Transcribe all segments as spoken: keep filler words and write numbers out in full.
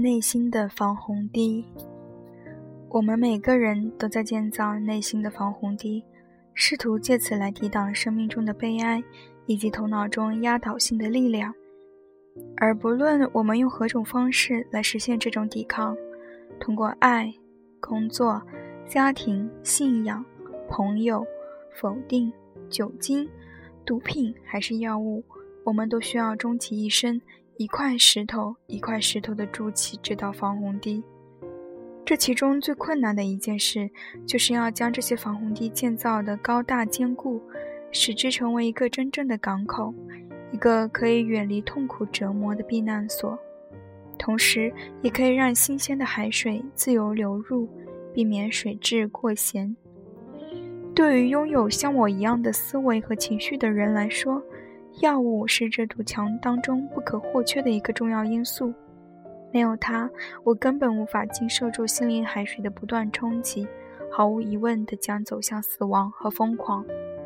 内心的防洪堤。我们每个人都在建造内心的防洪堤，试图借此来抵挡生命中的悲哀以及头脑中压倒性的力量。而不论我们用何种方式来实现这种抵抗，通过爱、工作、家庭、信仰、朋友、否定、酒精、毒品还是药物，我们都需要终其一生一块石头一块石头地筑起这道防洪堤。这其中最困难的一件事，就是要将这些防洪堤建造的高大坚固，使之成为一个真正的港口，一个可以远离痛苦折磨的避难所，同时也可以让新鲜的海水自由流入，避免水质过咸。对于拥有像我一样的思维和情绪的人来说，药物是这堵墙当中不可或缺的一个重要因素。没有它，我根本无法经受住心灵海水的不断冲击，毫无疑问地将走向死亡和疯狂。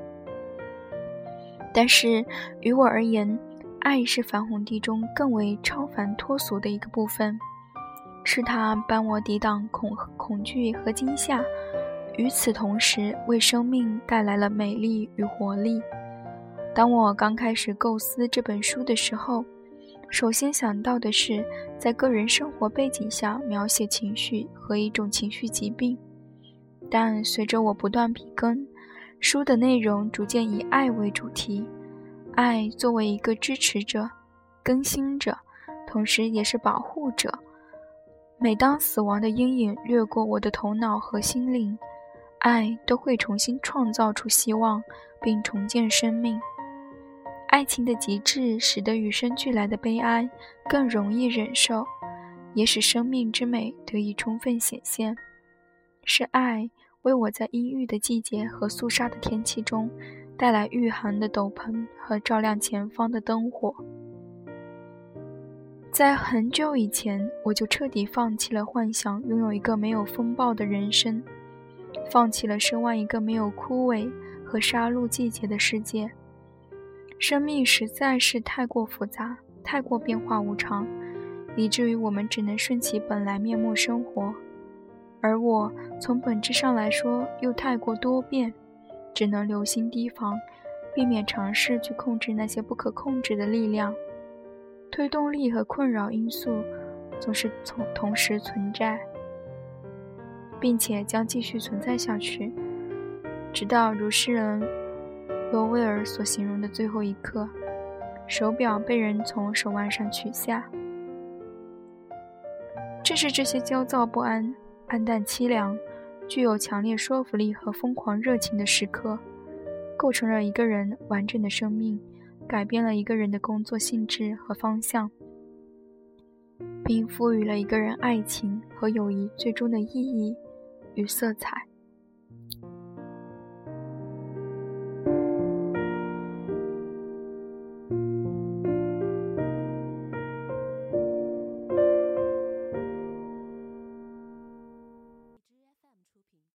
但是于我而言，爱是防洪堤中更为超凡脱俗的一个部分，是它帮我抵挡恐恐惧和惊吓，与此同时为生命带来了美丽与活力。当我刚开始构思这本书的时候，首先想到的是在个人生活背景下描写情绪和一种情绪疾病，但随着我不断笔耕，书的内容逐渐以爱为主题，爱作为一个支持者、更新者，同时也是保护者。每当死亡的阴影掠过我的头脑和心灵，爱都会重新创造出希望，并重建生命。爱情的极致使得与生俱来的悲哀更容易忍受，也使生命之美得以充分显现。是爱为我在阴郁的季节和肃杀的天气中带来御寒的斗篷和照亮前方的灯火。在很久以前，我就彻底放弃了幻想拥有一个没有风暴的人生，放弃了奢望一个没有枯萎和杀戮季节的世界。生命实在是太过复杂，太过变化无常，以至于我们只能顺其本来面目生活。而我从本质上来说又太过多变，只能留心提防，避免尝试去控制那些不可控制的力量。推动力和困扰因素总是从同时存在，并且将继续存在下去，直到如诗人罗威尔所形容的最后一刻，手表被人从手腕上取下。正是这些焦躁不安、黯淡凄凉、具有强烈说服力和疯狂热情的时刻，构成了一个人完整的生命，改变了一个人的工作性质和方向，并赋予了一个人爱情和友谊最终的意义与色彩。